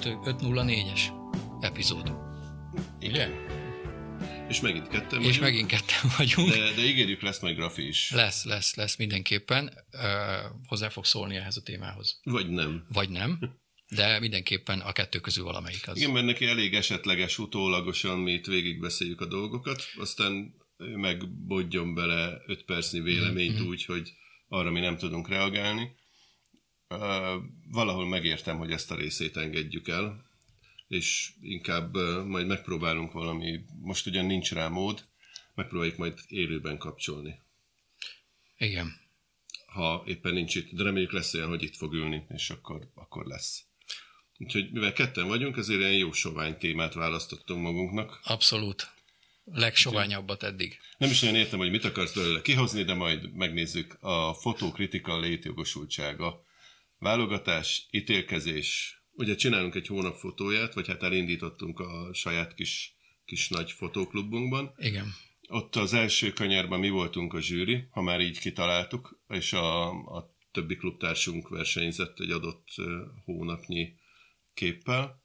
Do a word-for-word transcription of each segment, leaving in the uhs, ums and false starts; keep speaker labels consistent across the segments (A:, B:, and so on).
A: ötszáznégyes epizód. Ugye?
B: És megint ketten vagyunk.
A: És megint ketten vagyunk.
B: De, de ígérjük, lesz majd grafi is.
A: Lesz, lesz, lesz mindenképpen. Uh, hozzá fog szólni ehhez a témához.
B: Vagy nem.
A: Vagy nem. De mindenképpen a kettő közül valamelyik az.
B: Igen, mert neki elég esetleges, utólagosan mi itt végigbeszéljük a dolgokat, aztán ő meg bodjon bele öt percnyi véleményt mm-hmm. úgy, hogy arra mi nem tudunk reagálni. Uh, valahol megértem, hogy ezt a részét engedjük el, és inkább uh, majd megpróbálunk valami, most ugyan nincs rá mód, megpróbáljuk majd élőben kapcsolni.
A: Igen.
B: Ha éppen nincs itt, de reméljük lesz olyan, hogy itt fog ülni, és akkor, akkor lesz. Úgyhogy mivel ketten vagyunk, ezért ilyen jó sovány témát választottunk magunknak.
A: Abszolút. Legsoványabbat eddig.
B: Nem is nagyon értem, hogy mit akarsz belőle kihozni, de majd megnézzük. A fotokritika létjogosultsága, válogatás, ítélkezés. Ugye csinálunk egy hónap fotóját, vagy hát elindítottunk a saját kis, kis nagy fotóklubunkban.
A: Igen.
B: Ott az első kanyarban mi voltunk a zsűri, ha már így kitaláltuk, és a, a többi klubtársunk versenyzett egy adott hónapnyi képpel.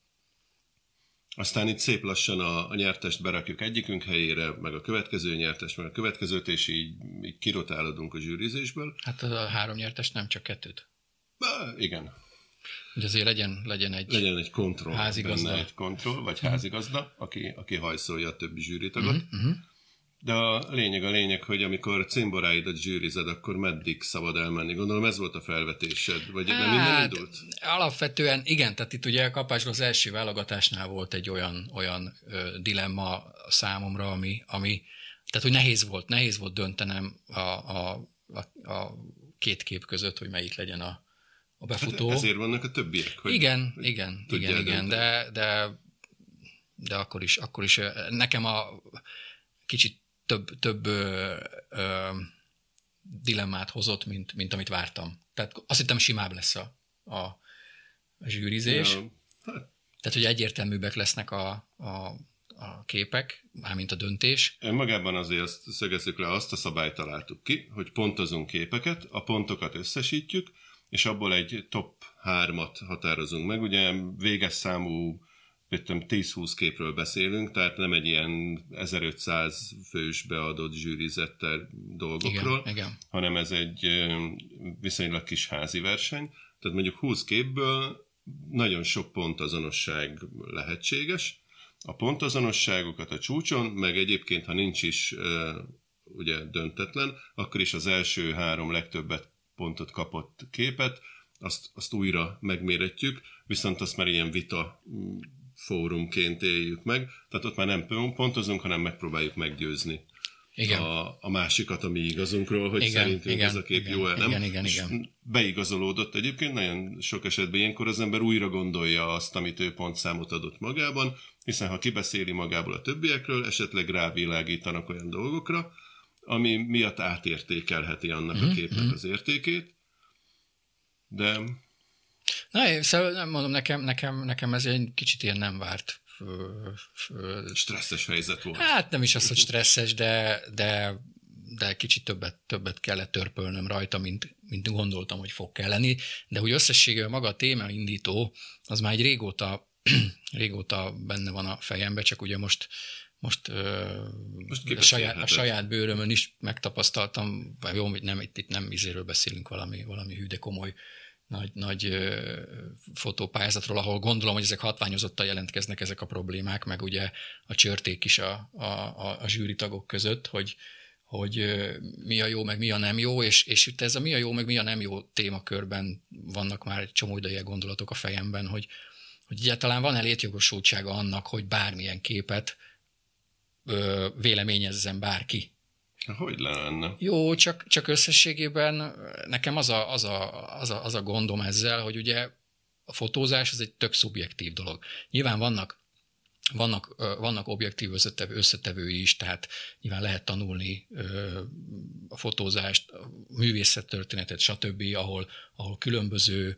B: Aztán itt szép lassan a, a nyertest berakjuk egyikünk helyére, meg a következő nyertest, meg a következőt, és így, így kirotálódunk a zsűrizésből.
A: Hát a három nyertest, nem csak kettőt.
B: Bá, igen.
A: Hogy azért legyen, legyen egy
B: legyen egy kontroll,
A: házigazda.
B: Benne egy kontroll, vagy házigazda, aki, aki hajszolja a többi zsűritagot.
A: Uh-huh.
B: De a lényeg a lényeg, hogy amikor cimboráidat zsűrized, akkor meddig szabad elmenni? Gondolom ez volt a felvetésed, vagy hát, nem innen indult?
A: Alapvetően igen, tehát itt ugye kapásról az első válogatásnál volt egy olyan, olyan ö, dilemma számomra, ami, ami, tehát hogy nehéz volt, nehéz volt döntenem a, a, a, a két kép között, hogy melyik legyen a, a befutó.
B: Hát ezért vannak a többiek. Hogy,
A: igen,
B: hogy
A: igen, igen, igen, de, de, de akkor is, akkor is nekem a kicsit több, több ö, ö, dilemmát hozott, mint, mint amit vártam. Tehát azt hittem, simább lesz a, a, a zsűrizés. Ja, hát. Tehát, hogy egyértelműbbek lesznek a, a, a képek, mármint a döntés.
B: Magában azért azt szögezzük le, azt a szabályt találtuk ki, hogy pontozunk képeket, a pontokat összesítjük, és abból egy top hármat határozunk meg. Ugye véges számú tíz-húsz képről beszélünk, tehát nem egy ilyen ezerötszáz fős beadott zsűrizettel dolgokról,
A: igen, igen.
B: hanem ez egy viszonylag kis házi verseny. Tehát mondjuk húsz képből nagyon sok pontazonosság lehetséges. A pontazonosságokat a csúcson, meg egyébként, ha nincs is ugye döntetlen, akkor is az első három legtöbbet pontot kapott képet, azt, azt újra megméretjük, viszont azt már ilyen vita fórumként éljük meg, tehát ott már nem pontozunk, hanem megpróbáljuk meggyőzni
A: igen.
B: A, a másikat a mi igazunkról, hogy
A: igen,
B: szerintünk
A: igen,
B: ez a kép
A: igen,
B: jó-e, nem?
A: Igen, igen,
B: és
A: igen.
B: beigazolódott egyébként, nagyon sok esetben ilyenkor az ember újra gondolja azt, amit ő pontszámot adott magában, hiszen ha kibeszéli magából a többiekről, esetleg rávilágítanak olyan dolgokra, ami miatt átértékelheti annak mm-hmm. a képnek az értékét, de...
A: Na, szóval nem mondom, nekem, nekem, nekem ez egy kicsit ilyen nem várt.
B: Stresszes helyzet volt.
A: Hát nem is az, hogy stresszes, de, de, de kicsit többet, többet kellett törpölnöm rajta, mint, mint gondoltam, hogy fog kelleni. De hogy összességében maga a témaindító, az már egy régóta, régóta benne van a fejembe, csak ugye most Most, most a, saját, a saját bőrömön is megtapasztaltam, jó, hogy nem, itt, itt nem izéről beszélünk valami, valami hű, de komoly nagy, nagy ö, fotópályázatról, ahol gondolom, hogy ezek hatványozottan jelentkeznek ezek a problémák, meg ugye a csörték is a, a, a, a zsűritagok között, hogy, hogy ö, mi a jó, meg mi a nem jó, és, és itt ez a mi a jó, meg mi a nem jó témakörben vannak már egy csomó ideje gondolatok a fejemben, hogy, hogy egyáltalán van-e létjogosultsága annak, hogy bármilyen képet ö, véleményezzen bárki.
B: Hogy lenne?
A: Jó, csak, csak összességében nekem az a, az, a, az, a, az a gondom ezzel, hogy ugye a fotózás az egy tök szubjektív dolog. Nyilván vannak, vannak, vannak objektív összetevő, összetevői is, tehát nyilván lehet tanulni a fotózást, a művészettörténetet, stb., ahol, ahol különböző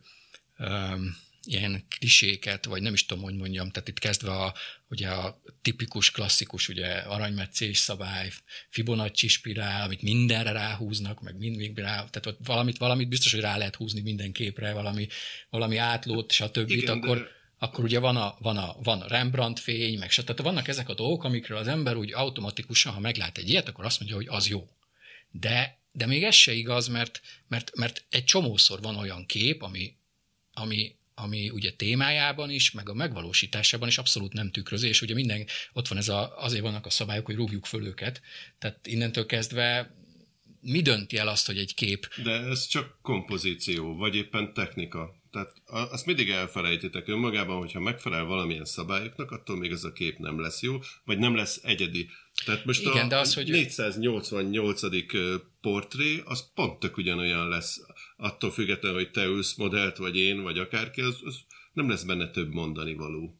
A: ilyen kliséket, vagy nem is tudom, hogy mondjam, tehát itt kezdve a, ugye a tipikus, klasszikus ugye aranymetszés szabály, Fibonacci spirál, amit mindenre ráhúznak, meg mind rá, tehát ott valamit, valamit biztos, hogy rá lehet húzni minden képre, valami, valami átlót, stb.
B: Igen,
A: akkor,
B: de...
A: akkor ugye van a, van a, van a Rembrandt fény, meg stb. Tehát vannak ezek a dolgok, amikről az ember úgy automatikusan, ha meglát egy ilyet, akkor azt mondja, hogy az jó. De, de még ez se igaz, mert, mert, mert egy csomószor van olyan kép, ami, ami, ami ugye témájában is, meg a megvalósításában is abszolút nem tükröző, és ugye minden, ott van ez a, azért vannak a szabályok, hogy rúgjuk föl őket. Tehát innentől kezdve mi dönti el azt, hogy egy kép...
B: De ez csak kompozíció, vagy éppen technika. Tehát azt mindig elfelejtitek önmagában, hogyha megfelel valamilyen szabályoknak, attól még ez a kép nem lesz jó, vagy nem lesz egyedi. Tehát most igen, a de az, hogy... négyszáznyolcvannyolcadik portré, az pont tök ugyanolyan lesz. Attól függetlenül, hogy te ülsz modellt, vagy én, vagy akárki, az, az nem lesz benne több mondani való.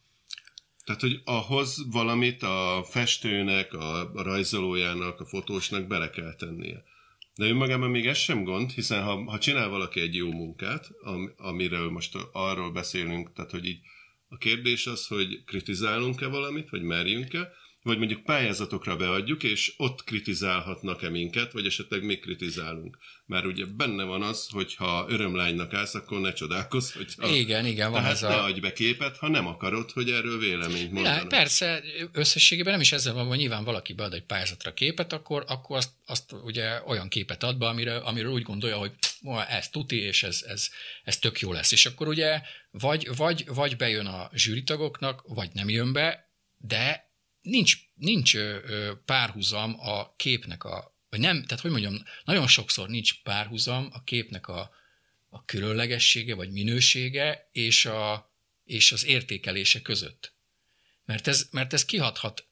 B: Tehát, hogy ahhoz valamit a festőnek, a rajzolójának, a fotósnak bele kell tennie. De önmagában még ez sem gond, hiszen ha, ha csinál valaki egy jó munkát, am, amiről most arról beszélünk, tehát, hogy így a kérdés az, hogy kritizálunk-e valamit, vagy merjünk-e, vagy mondjuk pályázatokra beadjuk, és ott kritizálhatnak-e minket, vagy esetleg mi kritizálunk. Már ugye benne van az, hogy ha örömlánynak állsz, akkor ne csodálkozz, hogyha...
A: Igen, igen, van
B: tehát
A: ez
B: ne
A: a...
B: adj be képet, ha nem akarod, hogy erről véleményt mondanak.
A: Persze, összességében nem is ezzel van, hogy nyilván valaki bead egy pályázatra képet, akkor, akkor azt, azt ugye olyan képet ad be, amiről, amiről úgy gondolja, hogy ez tuti, és ez, ez, ez tök jó lesz. És akkor ugye vagy, vagy, vagy bejön a zsűritagoknak, vagy nem jön be, de nincs, nincs párhuzam a képnek a, vagy nem, tehát hogy mondjam, nagyon sokszor nincs párhuzam a képnek a, a különlegessége, vagy minősége, és, a, és az értékelése között. Mert ez, mert ez kihathat,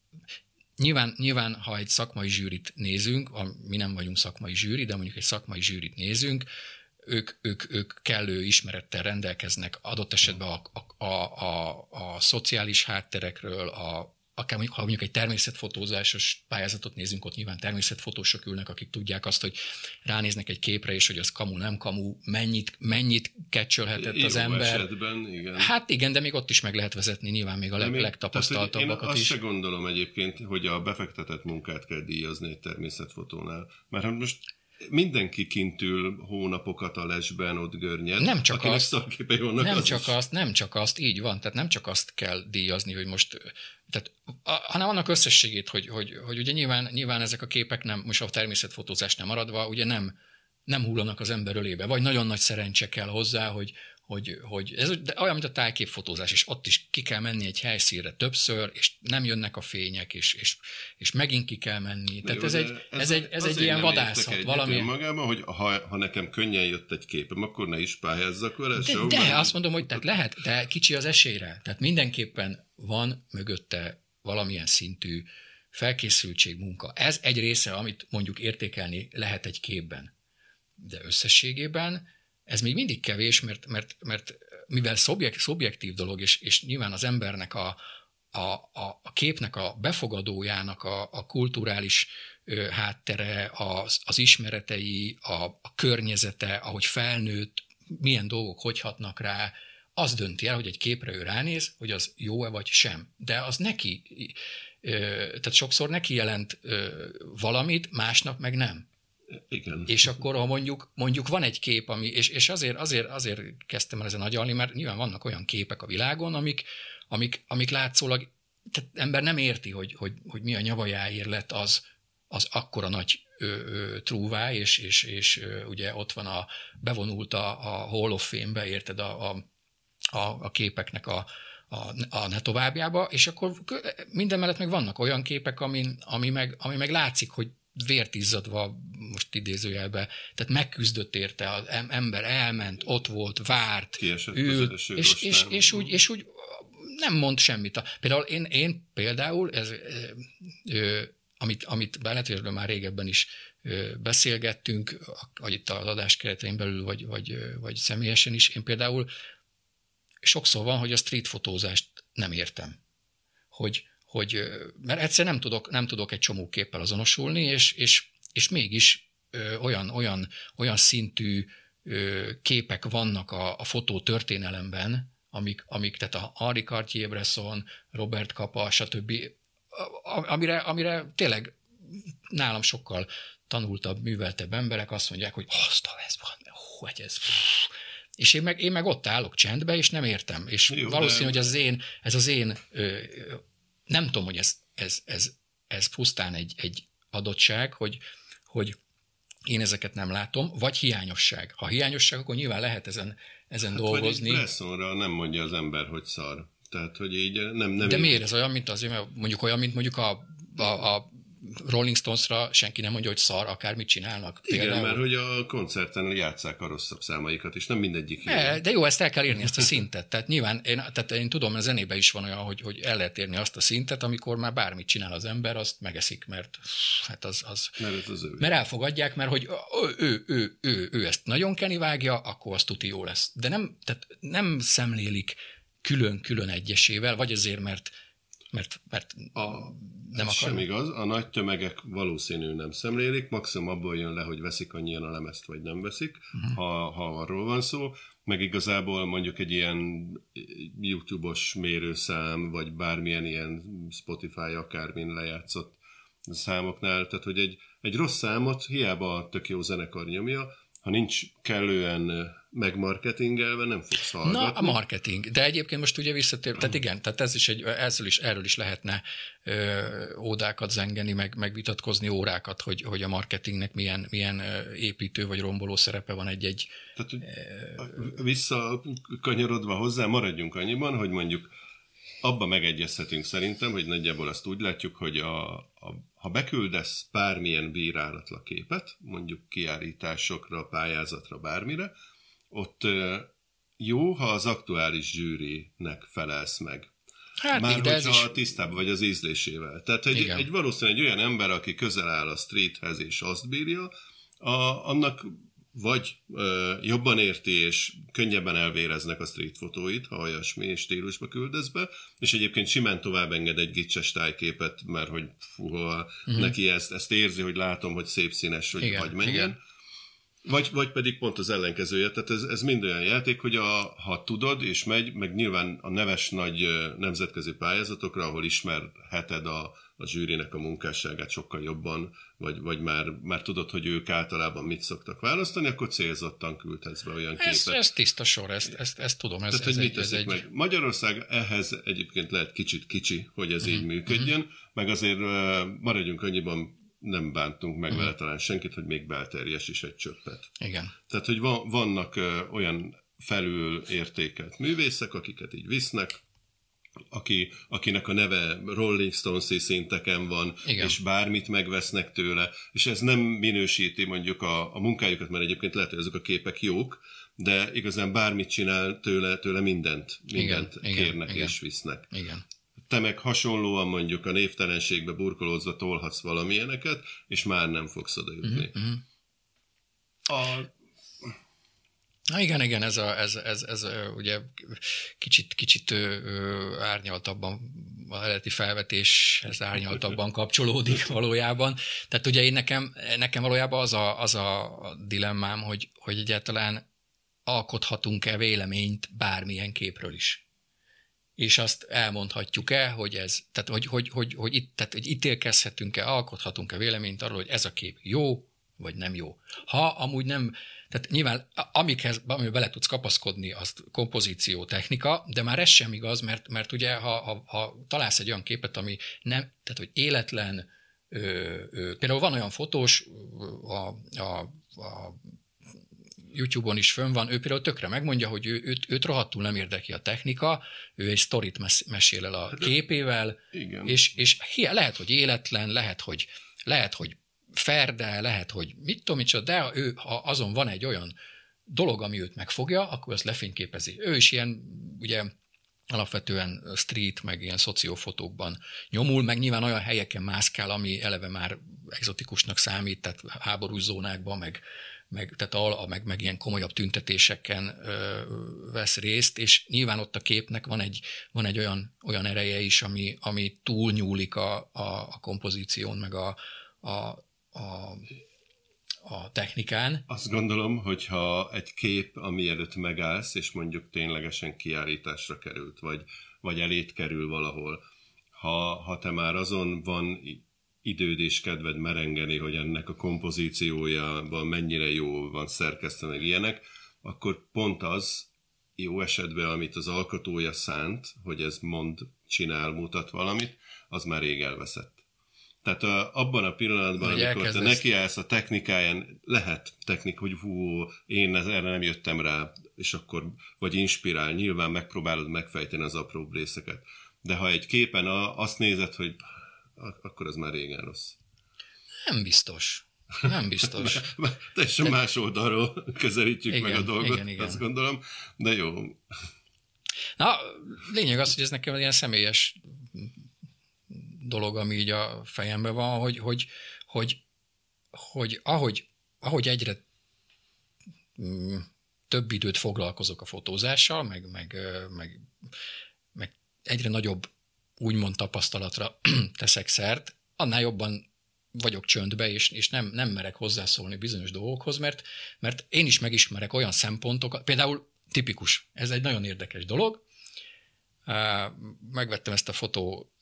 A: nyilván, nyilván, ha egy szakmai zsűrit nézünk, mi nem vagyunk szakmai zsűri, de mondjuk egy szakmai zsűrit nézünk, ők, ők, ők kellő ismerettel rendelkeznek adott esetben a, a, a, a, a szociális hátterekről, a akár mondjuk, ha mondjuk egy természetfotózásos pályázatot nézünk, ott nyilván természetfotósok ülnek, akik tudják azt, hogy ránéznek egy képre, és hogy az kamu, nem kamu, mennyit, mennyit catchelhetett az ember.
B: Esetben, igen.
A: Hát igen, de még ott is meg lehet vezetni, nyilván még a leg, még, legtapasztaltabbakat
B: én
A: is.
B: Én azt se gondolom egyébként, hogy a befektetett munkát kell díjazni egy természetfotónál. Mert most mindenki kint ül hónapokat a lesben, ott görnyed.
A: Nem csak azt,
B: vannak,
A: nem
B: az
A: csak
B: is.
A: azt, nem csak azt, így van, tehát nem csak azt kell díjazni, hogy most, tehát, a, hanem annak összességét, hogy, hogy, hogy ugye nyilván, nyilván ezek a képek nem, most a természetfotózás nem maradva, ugye nem, nem hullanak az ember ölébe, vagy nagyon nagy szerencse kell hozzá, hogy, hogy, hogy ez olyan, mint a tájképfotózás, és ott is ki kell menni egy helyszínre többször, és nem jönnek a fények, és, és, és megint ki kell menni. Tehát jó, ez, egy, ez, ez egy, ez egy ilyen vadászat. Valami...
B: magában, hogy ha, ha nekem könnyen jött egy képem, akkor ne is pályázzak vele.
A: De, de de azt mondom, hogy tehát lehet, de kicsi az esélyre. Tehát mindenképpen van mögötte valamilyen szintű felkészültség, munka. Ez egy része, amit mondjuk értékelni lehet egy képben. De összességében ez még mindig kevés, mert, mert, mert mivel szobjekt, szobjektív dolog, és, és nyilván az embernek a, a, a, a képnek a befogadójának a, a kulturális ö, háttere, az, az ismeretei, a, a környezete, ahogy felnőtt, milyen dolgok hogy hatnak rá, az dönti el, hogy egy képre ő ránéz, hogy az jó-e vagy sem. De az neki, ö, tehát sokszor neki jelent ö, valamit, másnak meg nem.
B: Igen.
A: És akkor, ha mondjuk, mondjuk van egy kép, ami, és, és azért, azért, azért kezdtem el ezen agyalni, mert nyilván vannak olyan képek a világon, amik, amik, amik látszólag, tehát ember nem érti, hogy, hogy, hogy mi a nyavajáért lett az, az akkora nagy ö, ö, trúvá, és, és, és ö, ugye ott van a, bevonult a, a Hall of Fame-be, érted, a, a, a, a képeknek a, a, a ne továbbjába, és akkor minden mellett meg vannak olyan képek, ami, ami, meg, ami meg látszik, hogy vért izzadva, most idézőjelben, tehát megküzdött érte, az ember elment, ott volt, várt,
B: kiesett
A: ült, és, és, és, és, úgy, és úgy nem mond semmit. Például én, én például, ez, ö, amit, amit Bálátérben már régebben is ö, beszélgettünk, vagy itt az adás keretein belül, vagy, vagy, vagy személyesen is, én például sokszor van, hogy a street fotózást nem értem. Hogy hogy, mert egyszer nem tudok, nem tudok egy csomó képpel azonosulni, és, és, és mégis ö, olyan, olyan, olyan szintű ö, képek vannak a, a fotó történelemben, amik, amik, tehát a Henri Cartier-Bresson, Robert Capa, stb., amire, amire tényleg nálam sokkal tanultabb, műveltebb emberek azt mondják, hogy azt a ez van, hú, ez, És én meg, én meg ott állok csendbe, és nem értem. És jó, valószínű, de... hogy az én, ez az én, ö, nem tudom, hogy ez, ez, ez, ez pusztán egy, egy adottság, hogy, hogy én ezeket nem látom, vagy hiányosság. Ha hiányosság, akkor nyilván lehet ezen, ezen hát dolgozni.
B: Vagy egy presszonra nem mondja az ember, hogy szar. Tehát, hogy így nem... nem
A: De
B: így...
A: miért ez olyan, mint az, mondjuk olyan, mint mondjuk a, a, a Rolling Stonesra senki nem mondja, hogy szar, akármit csinálnak.
B: Igen,
A: például.
B: Mert hogy a koncerten játsszák a rosszabb számaikat, és nem mindegyik jó.
A: De jó, ezt el kell érni, ezt a szintet. Tehát nyilván, én, tehát én tudom, a zenében is van olyan, hogy, hogy el lehet érni azt a szintet, amikor már bármit csinál az ember, azt megeszik, mert hát az... az
B: mert, az ő.
A: mert elfogadják, mert hogy ő, ő, ő, ő, ő ezt nagyon kenivágja, akkor az tuti jó lesz. De nem, tehát nem szemlélik külön-külön egyesével, vagy azért, mert mert, mert
B: a,
A: nem akar.
B: Sem igaz, a nagy tömegek valószínű nem szemlélik, maximum abból jön le, hogy veszik annyian a lemezt, vagy nem veszik, uh-huh. ha, ha arról van szó, meg igazából mondjuk egy ilyen YouTube-os mérőszám, vagy bármilyen ilyen Spotify akármin lejátszott számoknál, tehát hogy egy, egy rossz számot hiába tök jó zenekar nyomja, ha nincs kellően megmarketingelve, nem fogsz hallgatni.
A: Na, a marketing. De egyébként most ugye visszatér, tehát igen, tehát ez is egy, ezzel is, erről is lehetne ö, ódákat zengeni, meg, megvitatkozni órákat, hogy, hogy a marketingnek milyen, milyen építő vagy romboló szerepe van egy-egy...
B: Tehát, ö, visszakanyarodva hozzá, maradjunk annyiban, hogy mondjuk abba megegyezhetünk szerintem, hogy nagyjából azt úgy látjuk, hogy a, a, ha beküldesz bármilyen bírálatlan képet, mondjuk kiállításokra, pályázatra, bármire, ott jó, ha az aktuális zsűrinek felelsz meg. Hát, már hogyha is... tisztában vagy az ízlésével. Tehát egy, egy valószínűleg egy olyan ember, aki közel áll a streethez és azt bírja, a, annak vagy ö, jobban érti, és könnyebben elvéreznek a street fotóit, ha olyasmi stílusba küldesz be, és egyébként simán tovább enged egy gicses tájképet, mert hogy fú, uh-huh. neki ezt, ezt érzi, hogy látom, hogy szép színes, hogy hagy menjen. Igen. Vagy, vagy pedig pont az ellenkezője, tehát ez, ez mind olyan játék, hogy a, ha tudod, és megy, meg nyilván a neves nagy nemzetközi pályázatokra, ahol ismerheted a, a zsűrinek a munkásságát sokkal jobban, vagy, vagy már, már tudod, hogy ők általában mit szoktak választani, akkor célzottan küldhetsz be olyan
A: ez,
B: képet.
A: Ez tiszta sor, ezt, ezt, ezt tudom. Ez,
B: tehát,
A: ez
B: hogy
A: egy,
B: mit teszik
A: ez
B: meg. Egy... Magyarország ehhez egyébként lehet kicsit kicsi, hogy ez uh-huh. így működjön, uh-huh. meg azért uh, maradjunk annyiban, nem bántunk meg vele talán senkit, hogy még belterjes is egy csöppet.
A: Igen.
B: Tehát, hogy van, vannak ö, olyan felül értékelt művészek, akiket így visznek, aki, akinek a neve Rolling Stones-i szinteken van, igen. és bármit megvesznek tőle, és ez nem minősíti mondjuk a, a munkájukat, mert egyébként lehet, hogy azok a képek jók, de igazán bármit csinál tőle, tőle mindent, mindent igen, kérnek igen, és visznek.
A: Igen.
B: Te meg hasonlóan mondjuk a névtelenségbe burkolózva tolhatsz valamilyeneket, és már nem fogsz oda jutni. Uh-huh. A...
A: Na igen, igen, ez, a, ez, ez, ez ugye kicsit, kicsit árnyaltabban, a eredeti felvetéshez árnyaltabban kapcsolódik valójában. Tehát ugye én nekem, nekem valójában az a, az a dilemmám, hogy, hogy egyáltalán alkothatunk-e véleményt bármilyen képről is. És azt elmondhatjuk-e, hogy ez, tehát hogy, hogy, hogy, hogy, itt, tehát, hogy ítélkezhetünk-e, alkothatunk-e véleményt arról, hogy ez a kép jó, vagy nem jó. Ha amúgy nem, tehát nyilván amikhez, amiben bele tudsz kapaszkodni, az kompozíció, technika, de már ez sem igaz, mert, mert ugye ha, ha, ha találsz egy olyan képet, ami nem, tehát hogy életlen, ö, ö, például van olyan fotós, a, a, a YouTube-on is fönn van, ő például tökre megmondja, hogy ő, őt, őt rohadtul nem érdekli a technika, ő egy sztorit mes- mesél el a képével,
B: igen.
A: és, és lehet, hogy életlen, lehet, hogy, lehet, hogy ferde, lehet, hogy mit tudom, micsoda, de ő, ha azon van egy olyan dolog, ami őt megfogja, akkor azt lefényképezi. Ő is ilyen, ugye, alapvetően street, meg ilyen szociófotókban nyomul, meg nyilván olyan helyeken mászkál, ami eleve már egzotikusnak számít, tehát háborús zónákban, meg meg, tehát a, meg, meg ilyen komolyabb tüntetéseken ö, vesz részt, és nyilván ott a képnek van egy, van egy olyan, olyan ereje is, ami, ami túlnyúlik a, a, a kompozíción, meg a, a, a, a technikán.
B: Azt gondolom, hogyha egy kép, ami előtt megállsz, és mondjuk ténylegesen kiállításra került, vagy, vagy elét kerül valahol, ha, ha te már azon van időd és kedved merengeni, hogy ennek a kompozíciójában mennyire jó van szerkesztve, meg ilyenek, akkor pont az jó esetben, amit az alkotója szánt, hogy ez mond, csinál, mutat valamit, az már rég elveszett. Tehát a, abban a pillanatban, hogy amikor elkezdesz... te nekiállsz a technikáján, lehet technik, hogy hú, én erre nem jöttem rá, és akkor vagy inspirál, nyilván megpróbálod megfejteni az apró részeket. De ha egy képen a, azt nézed, hogy akkor az már régen rossz.
A: Nem biztos. Nem biztos.
B: Teljesen Te... más oldalról közelítjük igen, meg a dolgot, igen, igen. Azt gondolom, de jó.
A: Na, lényeg az, hogy ez nekem ilyen személyes dolog, ami így a fejemben van, hogy, hogy, hogy, hogy ahogy, ahogy egyre mm, több időt foglalkozok a fotózással, meg, meg, meg, meg egyre nagyobb úgymond tapasztalatra teszek szert, annál jobban vagyok csöndbe, és, és nem, nem merek hozzászólni bizonyos dolgokhoz, mert, mert én is megismerek olyan szempontokat, például tipikus, ez egy nagyon érdekes dolog, megvettem ezt a fotó,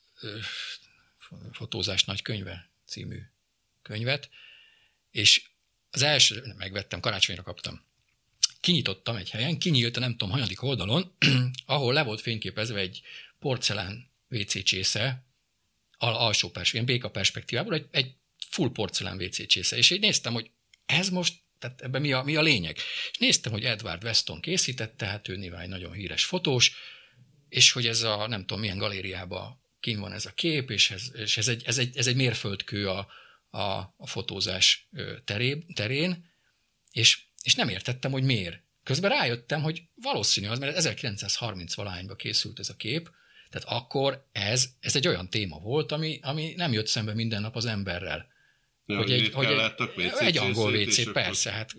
A: fotózás nagy könyve című könyvet, és az első, megvettem, karácsonyra kaptam, kinyitottam egy helyen, kinyílt a nem tudom, hanyadik oldalon, ahol le volt fényképezve egy porcelán vé cé csésze, al- alsó pers, ilyen béka perspektívából, egy, egy full porcelán vé cé csésze, és így néztem, hogy ez most, tehát ebben mi a, mi a lényeg. És néztem, hogy Edward Weston készítette, hát ő nyilván egy nagyon híres fotós, és hogy ez a nem tudom milyen galériában kint van ez a kép, és ez, és ez, egy, ez, egy, ez egy mérföldkő a, a, a fotózás teré, terén, és, és nem értettem, hogy miért. Közben rájöttem, hogy valószínű az, mert ezerkilencszázharminc-valahányban készült ez a kép, tehát akkor ez, ez egy olyan téma volt, ami, ami nem jött szembe minden nap az emberrel.
B: Ja, hogy egy, hogy
A: egy, egy angol vé cé, persze. Hát,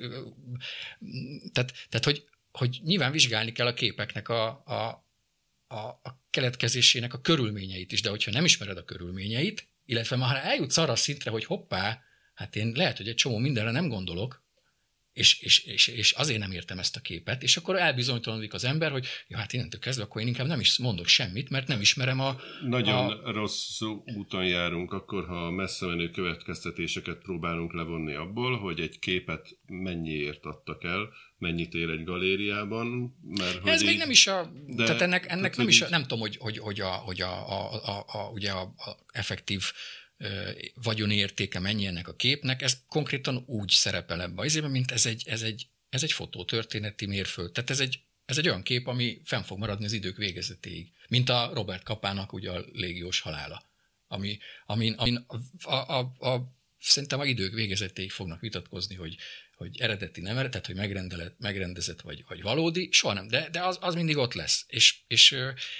A: tehát, tehát hogy, hogy nyilván vizsgálni kell a képeknek a, a, a, a keletkezésének a körülményeit is, de hogyha nem ismered a körülményeit, illetve már eljutsz arra a szintre, hogy hoppá, hát én lehet, hogy egy csomó mindenre nem gondolok, és, és, és, és azért nem értem ezt a képet, és akkor elbizonytalanodik az ember, hogy ja, hát innentől kezdve akkor én inkább nem is mondok semmit, mert nem ismerem a...
B: Nagyon
A: a...
B: rossz úton járunk akkor, ha messze menő következtetéseket próbálunk levonni abból, hogy egy képet mennyiért adtak el, mennyit ér egy galériában, mert hogy
A: ez
B: így...
A: még nem is a... De, tehát ennek, ennek
B: tehát
A: nem is
B: így...
A: a... Nem tudom, hogy, hogy, hogy, a, hogy a, a, a, a, ugye a, a effektív vagyoni értéke mennyi ennek a képnek, ez konkrétan úgy szerepel ebbe az évben, mint ez egy, ez egy, ez egy fotótörténeti mérföld. Tehát ez egy, ez egy olyan kép, ami fenn fog maradni az idők végezetéig. Mint a Robert Kapának ugye a légiós halála. Ami, amin, amin a, a, a, a, szerintem a idők végezetéig fognak vitatkozni, hogy, hogy eredeti, nem eredeti, tehát hogy megrendezett vagy, vagy valódi, soha nem, de, de az, az mindig ott lesz. És, és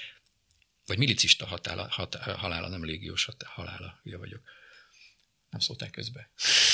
A: vagy milicista hatála, hat, halála, nem légiós halála, ugye vagyok. Nem szóltál közbe.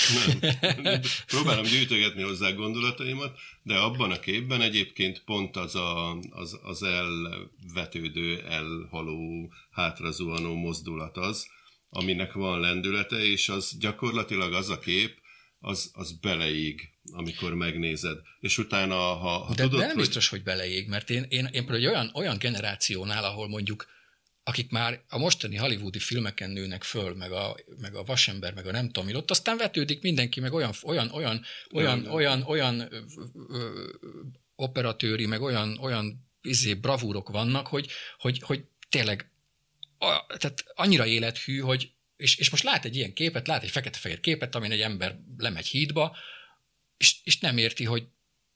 B: Nem. Próbálom gyűjtögetni hozzá gondolataimat, de abban a képben egyébként pont az a, az, az elvetődő, elhaló, hátrazuhanó mozdulat az, aminek van lendülete, és az gyakorlatilag az a kép, az, az beleég, amikor megnézed. És utána, ha, ha
A: de,
B: tudod,
A: de nem
B: hogy...
A: biztos, hogy beleég, mert én, én, én például olyan, olyan generációnál, ahol mondjuk akik már a mostani hollywoodi filmeken nőnek föl, meg a, meg a Vasember, meg a nem tudom, ott aztán vetődik mindenki, meg olyan, olyan, olyan, olyan, olyan, olyan, olyan ö, ö, operatőri, meg olyan, olyan izé, bravúrok vannak, hogy, hogy, hogy tényleg a, tehát annyira élethű, hogy és, és most lát egy ilyen képet, lát egy fekete-fehér képet, amin egy ember lemegy hídba, és, és nem érti, hogy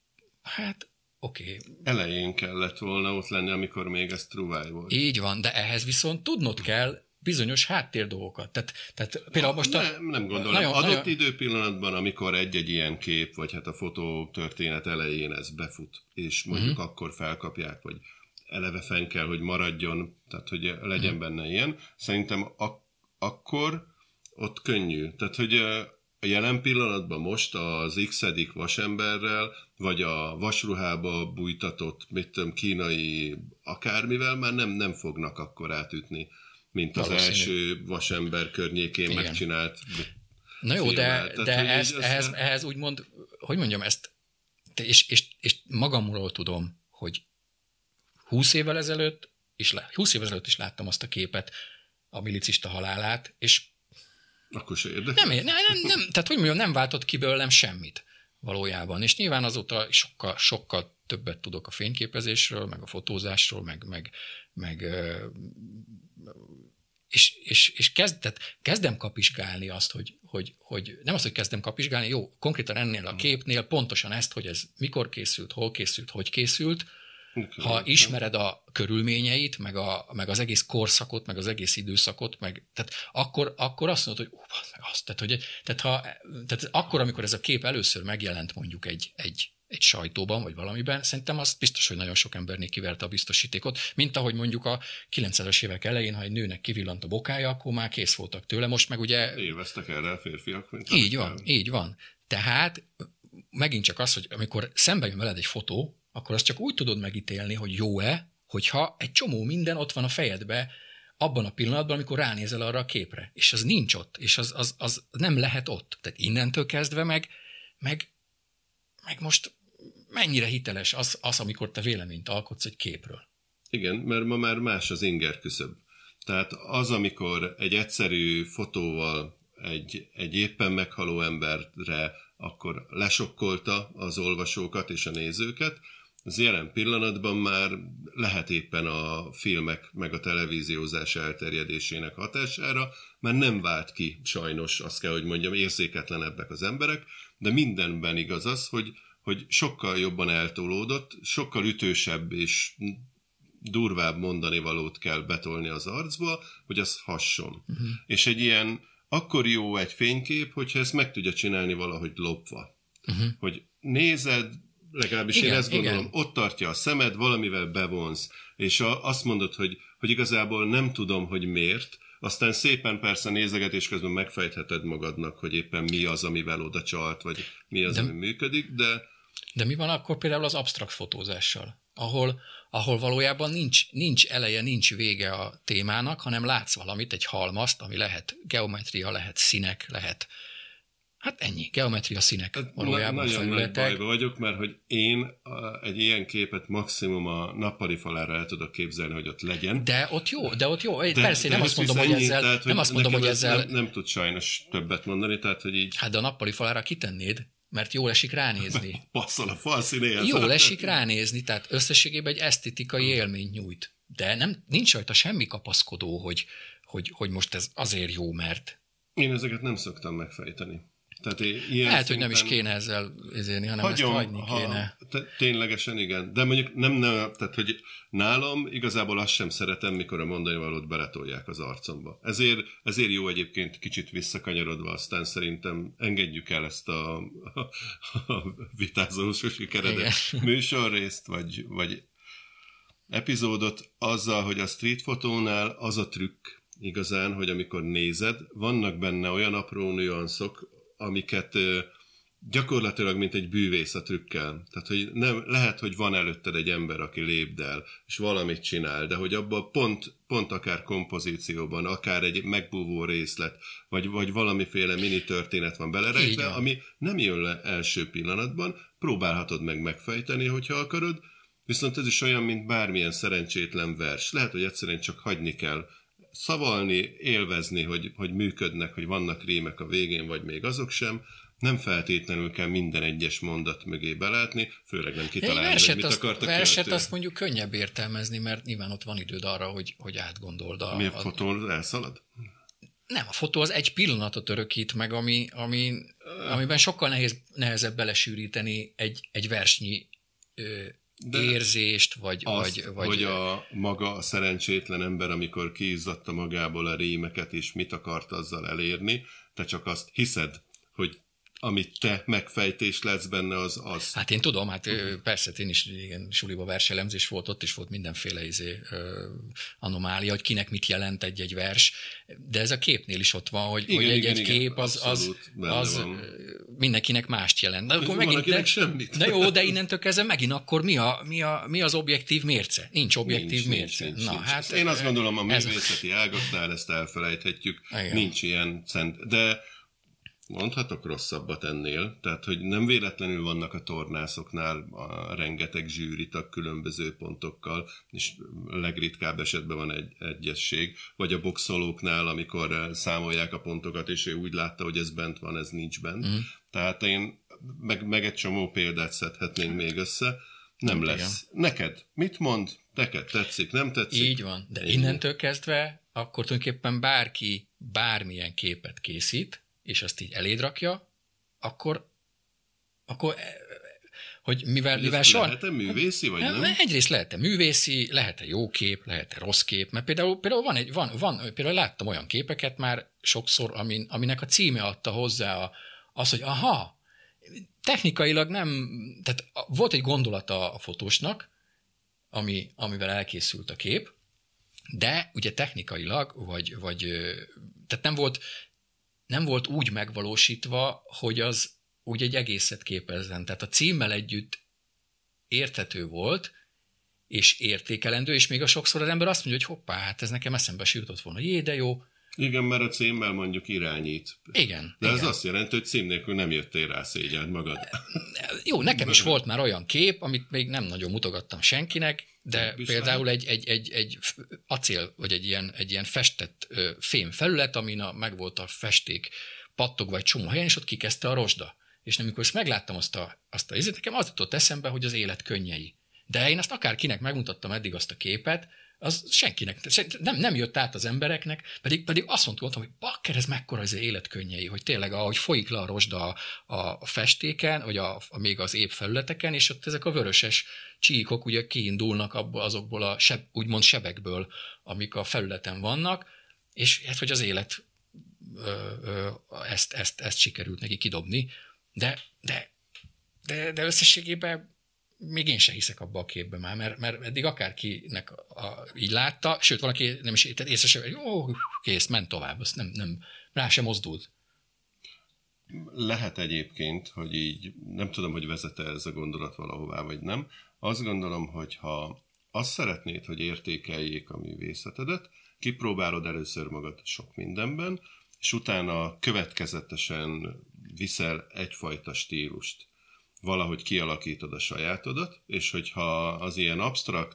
A: hát oké. Okay.
B: Elején kellett volna ott lenni, amikor még ez truváj volt.
A: Így van, de ehhez viszont tudnod kell bizonyos háttér dolgokat. Tehát, tehát például most a...
B: Nem, nem gondolom. Nagyon, Adott nagyon... időpillanatban, amikor egy-egy ilyen kép, vagy hát a fotótörténet elején ez befut, és mondjuk uh-huh. akkor felkapják, vagy eleve fenn kell, hogy maradjon, tehát hogy legyen uh-huh. benne ilyen. Szerintem ak- akkor ott könnyű. Tehát, hogy a jelen pillanatban most az x-edik vasemberrel, vagy a vasruhába bújtatott, mit tudom, kínai akármivel már nem, nem fognak akkor átütni, mint az első vasember környékén igen. megcsinált.
A: Na jó, de, Tehát, de ezt, ehhez, ezt... ehhez úgymond, hogy mondjam ezt, és, és, és magamról tudom, hogy húsz évvel ezelőtt, és húsz évvel ezelőtt is láttam azt a képet, a milicista halálát, és
B: akkor se érdekel.
A: Nem, nem, nem, nem, tehát hogy mondjam, nem váltott ki belőlem semmit. valójában. És nyilván azóta sokkal, sokkal többet tudok a fényképezésről, meg a fotózásról, meg, meg, meg és, és, és kezd, tehát kezdem kapizsgálni azt, hogy, hogy, hogy nem azt, hogy kezdem kapizsgálni, jó, konkrétan ennél a képnél pontosan ezt, hogy ez mikor készült, hol készült, hogy készült, ha ismered a körülményeit, meg, a, meg az egész korszakot, meg az egész időszakot, meg, tehát akkor, akkor azt mondod, hogy, ó, azt, tehát, hogy tehát, ha, tehát akkor, amikor ez a kép először megjelent mondjuk egy, egy, egy sajtóban, vagy valamiben, szerintem azt biztos, hogy nagyon sok embernél kiverte a biztosítékot, mint ahogy mondjuk a kilencvenes évek elején, ha egy nőnek kivillant a bokája, akkor már kész voltak tőle, most meg ugye...
B: Élveztek erre a férfiak, mint
A: így van, el. így van. Tehát megint csak az, hogy amikor szembe jön veled egy fotó, akkor azt csak úgy tudod megítélni, hogy jó-e, hogyha egy csomó minden ott van a fejedbe abban a pillanatban, amikor ránézel arra a képre. És az nincs ott, és az, az, az nem lehet ott. Tehát innentől kezdve meg, meg, meg most mennyire hiteles az, az, amikor te véleményt alkotsz egy képről.
B: Igen, mert ma már más az inger küszöb. Tehát az, amikor egy egyszerű fotóval egy, egy éppen meghaló emberre akkor lesokkolta az olvasókat és a nézőket, az jelen pillanatban már lehet éppen a filmek meg a televíziózás elterjedésének hatására, már nem vált ki sajnos, azt kell, hogy mondjam, érzéketlenebbek az emberek, de mindenben igaz az, hogy, hogy sokkal jobban eltolódott, sokkal ütősebb és durvább mondani valót kell betolni az arcba, hogy az hasson. Uh-huh. És egy ilyen, akkor jó egy fénykép, hogyha ezt meg tudja csinálni valahogy lopva. Uh-huh. Hogy nézed, legalábbis igen, én ezt gondolom, igen. Ott tartja a szemed, valamivel bevonz, és a, azt mondod, hogy, hogy igazából nem tudom, hogy miért, aztán szépen persze nézegetés közben megfejtheted magadnak, hogy éppen mi az, amivel oda csalt, vagy mi az, de, ami működik, de...
A: De mi van akkor például az absztrakt fotózással, ahol, ahol valójában nincs, nincs eleje, nincs vége a témának, hanem látsz valamit, egy halmazt, ami lehet geometria, lehet színek, lehet... Hát ennyi, geometria, színek, valójában
B: nagyon
A: felületek.
B: Nagyon nagy bajba vagyok, mert hogy én egy ilyen képet maximum a nappali falára el tudok képzelni, hogy ott legyen.
A: De ott jó, de ott jó. De, Persze, de nem azt mondom, hogy ezzel... Tehát, nem azt mondom, hogy ezzel...
B: Nem, nem tud sajnos többet mondani, tehát, hogy így...
A: Hát de a nappali falára kitennéd, mert jól esik ránézni.
B: Passzol a fal színéhez.
A: Jól esik ránézni, tehát összességében egy esztétikai élményt nyújt. De nem, nincs rajta semmi kapaszkodó, hogy, hogy, hogy most ez azért jó, mert...
B: Én ezeket nem szoktam megfejteni. Tehát
A: lehet, hogy nem is kéne ezzel ezérni, hanem hagyom, ezt hagyni ha, kéne.
B: Te, ténylegesen igen. De mondjuk nem, nem, tehát hogy nálam igazából azt sem szeretem, mikor a mondani valót beletolják az arcomba. Ezért, ezért jó egyébként kicsit visszakanyarodva, aztán szerintem engedjük el ezt a, a, a vitázós sikeredet műsorrészt, vagy, vagy epizódot azzal, hogy a street fotónál az a trükk igazán, hogy amikor nézed, vannak benne olyan apró nüanszok, amiket gyakorlatilag mint egy bűvész a trükkel. Tehát, hogy nem, lehet, hogy van előtted egy ember, aki lépdel, és valamit csinál, de hogy abban pont, pont akár kompozícióban, akár egy megbúvó részlet, vagy, vagy valamiféle mini történet van belerejtve, ami nem jön le első pillanatban, próbálhatod meg megfejteni, hogyha akarod, viszont ez is olyan, mint bármilyen szerencsétlen vers. Lehet, hogy egyszerűen csak hagyni kell szavalni, élvezni, hogy, hogy működnek, hogy vannak rímek a végén, vagy még azok sem. Nem feltétlenül kell minden egyes mondat mögé belátni, főleg nem kitalálni, hogy mit
A: azt,
B: akartak.
A: Verset azt mondjuk könnyebb értelmezni, mert nyilván ott van időd arra, hogy, hogy átgondold. A,
B: Mi a fotón elszalad?
A: Nem, a fotó az egy pillanatot örökít meg, ami, ami, amiben sokkal nehéz, nehezebb belesűríteni egy, egy versnyi ö, érzést, vagy...
B: Azt,
A: vagy, vagy
B: hogy a maga a szerencsétlen ember, amikor kiizzadta magából a rímeket, és mit akart azzal elérni, te csak azt hiszed, hogy amit te megfejtés lesz benne, az az.
A: Hát én tudom, hát uh-huh. persze, én is igen, suliba verselemzés volt, ott is volt mindenféle izé, ö, anomália, hogy kinek mit jelent egy-egy vers, de ez a képnél is ott van, hogy,
B: igen,
A: hogy
B: igen,
A: egy-egy
B: igen,
A: kép az, az, az mindenkinek mást jelent. De akkor
B: van,
A: megint, de,
B: semmit.
A: De jó, de innentől kezdve megint akkor mi, a, mi, a, mi az objektív mérce? Nincs objektív
B: nincs,
A: mérce.
B: Nincs,
A: Na,
B: nincs.
A: hát,
B: én azt gondolom, a
A: ez...
B: művészeti ágaknál ezt elfelejthetjük.
A: Igen.
B: Nincs ilyen cent, de mondhatok rosszabbat ennél, tehát, hogy nem véletlenül vannak a tornászoknál a rengeteg zsűritag különböző pontokkal, és legritkább esetben van egy egyesség, vagy a boxolóknál, amikor számolják a pontokat, és ő úgy látta, hogy ez bent van, ez nincs bent. Mm. Tehát én meg, meg egy csomó példát szedhetnénk még össze. Nem lesz. Igen. Neked mit mond? Neked tetszik, nem tetszik?
A: Így van, de Így. innentől kezdve akkor tulajdonképpen bárki bármilyen képet készít, és azt így eléd rakja, akkor, akkor hogy mivel, mivel soha...
B: Lehet-e művészi, vagy nem?
A: Egyrészt lehet-e művészi, lehet-e jó kép, lehet-e rossz kép, mert például, például van egy, van, van, például láttam olyan képeket már sokszor, amin, aminek a címe adta hozzá a, az, hogy aha, technikailag nem, tehát volt egy gondolata a fotósnak, ami, amivel elkészült a kép, de ugye technikailag, vagy, vagy tehát nem volt, nem volt úgy megvalósítva, hogy az úgy egy egészet képezzen. Tehát a címmel együtt érthető volt, és értékelendő, és még a sokszor az ember azt mondja, hogy hoppá, hát ez nekem eszembe se jutott volna. Jé, de jó.
B: Igen, mert a címmel mondjuk irányít.
A: Igen.
B: De
A: igen.
B: ez azt jelenti, hogy cím nélkül nem jöttél rá, szégyeld magad.
A: Jó, nekem is volt már olyan kép, amit még nem nagyon mutogattam senkinek, de Biztos például egy, egy, egy, egy acél, vagy egy ilyen, egy ilyen festett fém felület, amin a, meg volt a festék pattogva egy csomó helyen, és ott kikezdte a rozsda. És amikor ezt megláttam azt a, azt a izét, nekem az jutott eszembe, hogy az élet könnyei. De én azt akárkinek megmutattam eddig azt a képet, az senkinek, nem, nem jött át az embereknek, pedig, pedig azt mondtam, hogy bakker, ez mekkora az élet könnyei, hogy tényleg ahogy folyik le a rozsda a, a festéken, vagy a, a, még az épp felületeken, és ott ezek a vöröses csíkok ugye kiindulnak abból, azokból a seb, úgymond sebekből, amik a felületen vannak, és hát, hogy az élet ö, ö, ezt, ezt, ezt sikerült neki kidobni, de, de, de, de összességében még én se hiszek abba a képbe már, mert, mert eddig akárkinek a, így látta, sőt, valaki nem is értett észre sem, jó, kész, ment tovább, azt nem, nem, rá sem mozdult.
B: Lehet egyébként, hogy így, nem tudom, hogy vezet-e ez a gondolat valahová, vagy nem. Azt gondolom, hogy ha azt szeretnéd, hogy értékeljék a művészetedet, kipróbálod először magad sok mindenben, és utána következetesen viszel egyfajta stílust. Valahogy kialakítod a sajátodat, és hogyha az ilyen absztrakt,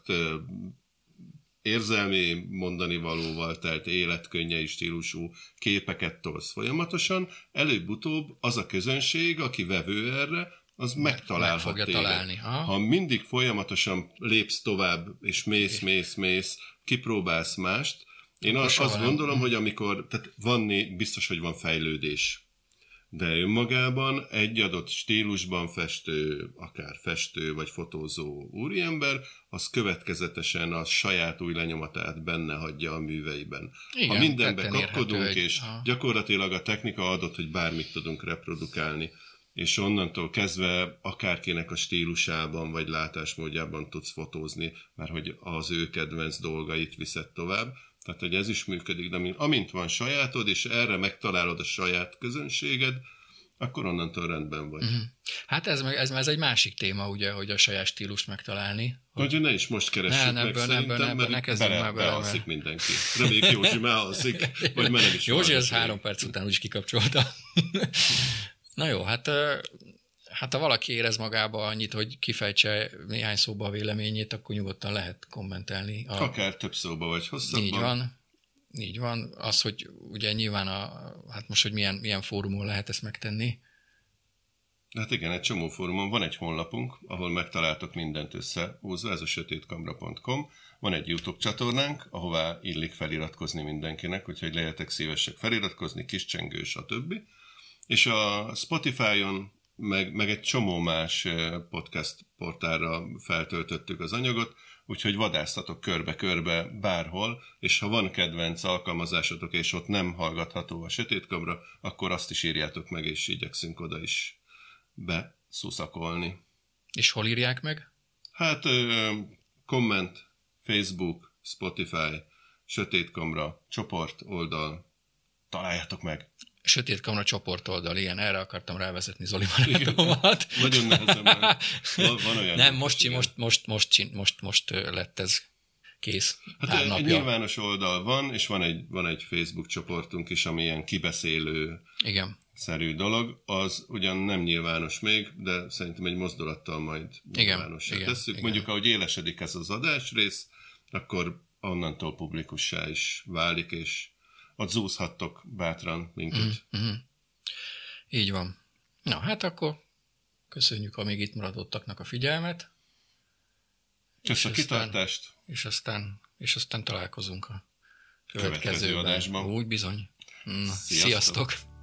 B: érzelmi mondani valóval telt életkönnyei stílusú képeket tolsz folyamatosan, előbb-utóbb az a közönség, aki vevő erre, az megtalálhat
A: meg
B: téged.
A: Találni. Ha?
B: ha mindig folyamatosan lépsz tovább, és mész, mész, mész, kipróbálsz mást, én azt, azt gondolom, hogy amikor, tehát van, biztos, hogy van fejlődés, de önmagában egy adott stílusban festő, akár festő vagy fotózó úriember, az következetesen a saját új lenyomatát benne hagyja a műveiben. Igen, ha mindenbe kapkodunk, érhető, és ha. gyakorlatilag a technika adott, hogy bármit tudunk reprodukálni, és onnantól kezdve akárkinek a stílusában vagy látásmódjában tudsz fotózni, mert hogy az ő kedvenc dolgait viszed tovább. Tehát, hogy ez is működik, de amint van sajátod, és erre megtalálod a saját közönséged, akkor onnantól rendben vagy. Uh-huh.
A: Hát ez, ez, ez egy másik téma, ugye, hogy a saját stílust megtalálni.
B: Hogy, hogy ne is most keressük ne, meg
A: ebből,
B: szerintem,
A: ebből, ebből,
B: mert bele, bele, bealszik mindenki. Reméljük Józsi már alszik, vagy már nem is
A: Józsi az három perc után úgyis kikapcsolta. Na jó, hát... Hát ha valaki érez magába annyit, hogy kifejtse néhány szóba a véleményét, akkor nyugodtan lehet kommentelni. A...
B: Akár több szóba vagy hosszabban.
A: Így van. Így van. Az, hogy ugye nyilván a, hát most, hogy milyen, milyen fórumon lehet ezt megtenni.
B: Hát igen, egy csomó fórumon. Van egy honlapunk, ahol megtaláltok mindent összehúzva, ez a sötétkamra pont com. Van egy YouTube csatornánk, ahová illik feliratkozni mindenkinek, úgyhogy legyetek szívesek feliratkozni, kis csengő, stb. És a Spotify-on Meg, meg egy csomó más podcast portálra feltöltöttük az anyagot, úgyhogy vadásztatok körbe-körbe bárhol, és ha van kedvenc alkalmazásotok, és ott nem hallgatható a sötétkamra, akkor azt is írjátok meg, és igyekszünk oda is beszuszakolni.
A: És hol írják meg?
B: Hát komment, Facebook, Spotify, sötétkamra, csoport, oldal, találjátok meg.
A: Sötét Kamra csoport oldal, igen, erre akartam rávezetni Zoli barátomat.
B: Nagyon nehezen, van, van olyan.
A: Nem, most, most, most, most, most, most lett ez kész.
B: Hát egy nyilvános oldal van, és van egy, van egy Facebook csoportunk is, ami ilyen kibeszélő
A: igen.
B: szerű dolog. Az ugyan nem nyilvános még, de szerintem egy mozdulattal majd nyilvánossá tesszük. Igen. Mondjuk, ahogy élesedik ez az adásrész, akkor onnantól publikussá is válik, és ott zúzhattok bátran minket.
A: Mm-hmm. Így van. Na, hát akkor Köszönjük a még itt maradottaknak a figyelmet.
B: Kösz a kitartást.
A: És aztán, és aztán találkozunk a
B: következő
A: következőben.
B: adásban.
A: Úgy bizony. Na,
B: Sziasztok.
A: sziasztok.